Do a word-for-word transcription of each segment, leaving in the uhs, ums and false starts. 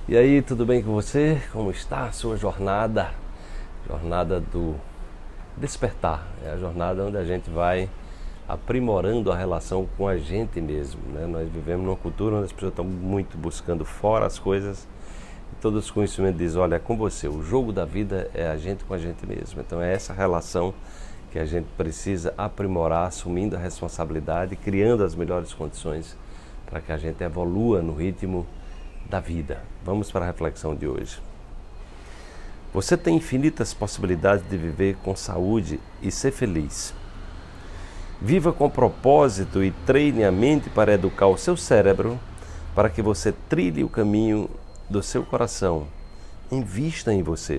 E aí, tudo bem com você? Como está a sua jornada? Jornada do despertar. É a jornada onde a gente vai aprimorando a relação com a gente mesmo, né? Nós vivemos numa cultura onde as pessoas estão muito buscando fora as coisas. E todo esse conhecimento diz, olha, é com você. O jogo da vida é a gente com a gente mesmo. Então é essa relação que a gente precisa aprimorar, assumindo a responsabilidade, criando as melhores condições para que a gente evolua no ritmo da vida. Vamos para a reflexão de hoje. Você tem infinitas possibilidades de viver com saúde e ser feliz. Viva com propósito e treine a mente para educar o seu cérebro para que você trilhe o caminho do seu coração. Invista em você.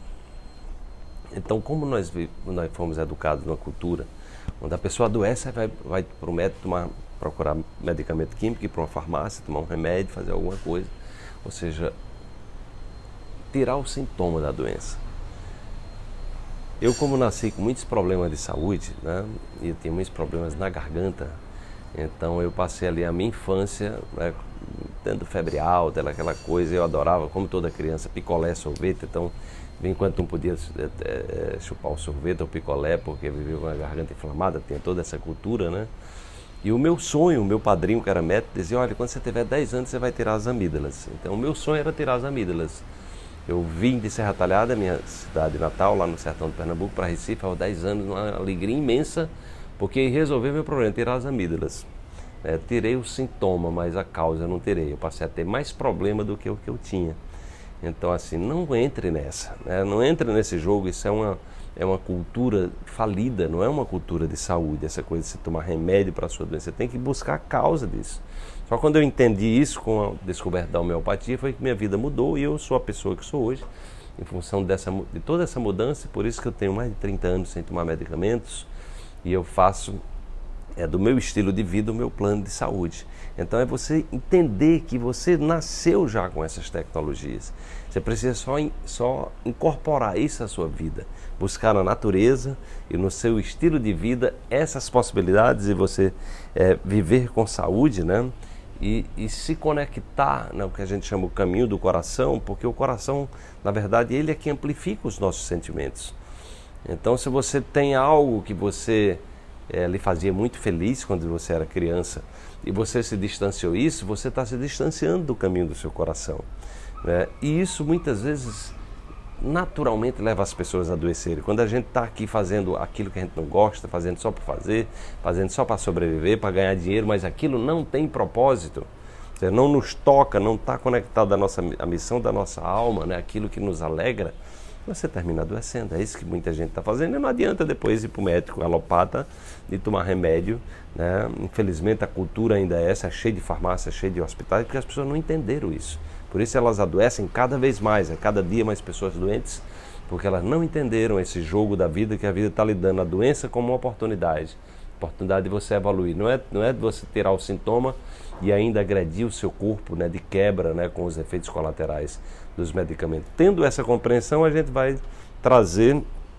Então, como nós, nós fomos educados numa cultura onde a pessoa adoece, vai, vai para o médico tomar, procurar medicamento químico, ir para uma farmácia, tomar um remédio, fazer alguma coisa. Ou seja, tirar o sintoma da doença. Eu, como nasci com muitos problemas de saúde, né, e eu tinha muitos problemas na garganta, então eu passei ali a minha infância, né, tendo febre alta, aquela coisa, eu adorava, como toda criança, picolé, sorvete, então, enquanto não podia é, é, chupar o sorvete ou picolé, porque eu vivia com a garganta inflamada, tinha toda essa cultura, né? E o meu sonho, o meu padrinho, que era médico, dizia, olha, quando você tiver dez anos, você vai tirar as amígdalas. Então, o meu sonho era tirar as amígdalas. Eu vim de Serra Talhada, minha cidade natal, lá no sertão de Pernambuco, para Recife, aos dez anos, uma alegria imensa, porque resolvi meu problema, tirar as amígdalas. É, tirei o sintoma, mas a causa eu não tirei. Eu passei a ter mais problema do que o que eu tinha. Então, assim, não entre nessa, né? Não entre nesse jogo, isso é uma, é uma cultura falida, não é uma cultura de saúde, essa coisa de você tomar remédio para a sua doença. Você tem que buscar a causa disso. Só quando eu entendi isso, com a descoberta da homeopatia, foi que minha vida mudou e eu sou a pessoa que sou hoje, em função dessa, de toda essa mudança, por isso que eu tenho mais de trinta anos sem tomar medicamentos e eu faço é, do meu estilo de vida o meu plano de saúde. Então é você entender que você nasceu já com essas tecnologias. Você precisa só, só incorporar isso à sua vida, buscar na natureza e no seu estilo de vida essas possibilidades de você é, viver com saúde, né? E, e se conectar no que a gente chama o caminho do coração, porque o coração, na verdade, ele é que amplifica os nossos sentimentos. Então, se você tem algo que você é, lhe fazia muito feliz quando você era criança e você se distanciou isso, você está se distanciando do caminho do seu coração, né? E isso muitas vezes naturalmente leva as pessoas a adoecerem. Quando a gente está aqui fazendo aquilo que a gente não gosta, fazendo só para fazer, fazendo só para sobreviver, para ganhar dinheiro, mas aquilo não tem propósito, ou seja, não nos toca, não está conectado à nossa, à missão da nossa alma, né? Aquilo que nos alegra, você termina adoecendo. É isso que muita gente está fazendo e não adianta depois ir para o médico alopata e tomar remédio, né? Infelizmente a cultura ainda é essa, é cheia de farmácia, cheia de hospitais, porque as pessoas não entenderam isso. Por isso elas adoecem cada vez mais, é cada dia mais pessoas doentes, porque elas não entenderam esse jogo da vida, que a vida está lhe dando a doença como uma oportunidade. Oportunidade de você evoluir. Não é, não é de você tirar o sintoma e ainda agredir o seu corpo, né, de quebra, né, com os efeitos colaterais dos medicamentos. Tendo essa compreensão, a gente vai trazer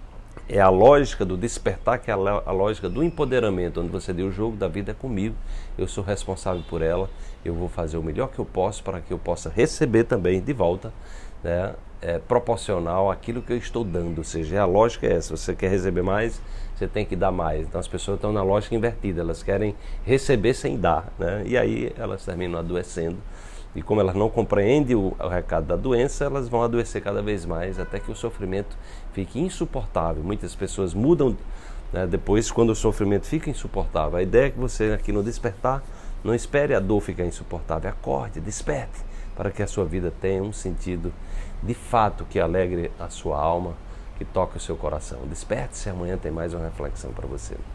é a lógica do despertar, que é a, a lógica do empoderamento, onde você diz, o jogo da vida é comigo, eu sou responsável por ela, eu vou fazer o melhor que eu posso para que eu possa receber também de volta, né, é, proporcional àquilo que eu estou dando. Ou seja, a lógica é essa, você quer receber mais, você tem que dar mais. Então as pessoas estão na lógica invertida, elas querem receber sem dar, né? E aí elas terminam adoecendo. E como elas não compreendem o, o recado da doença, elas vão adoecer cada vez mais, até que o sofrimento fique insuportável. Muitas pessoas mudam, né, depois, quando o sofrimento fica insuportável. A ideia é que você, aqui no despertar, não espere a dor ficar insuportável. Acorde, desperte, para que a sua vida tenha um sentido, de fato, que alegre a sua alma, que toque o seu coração. Desperte-se, amanhã tem mais uma reflexão para você.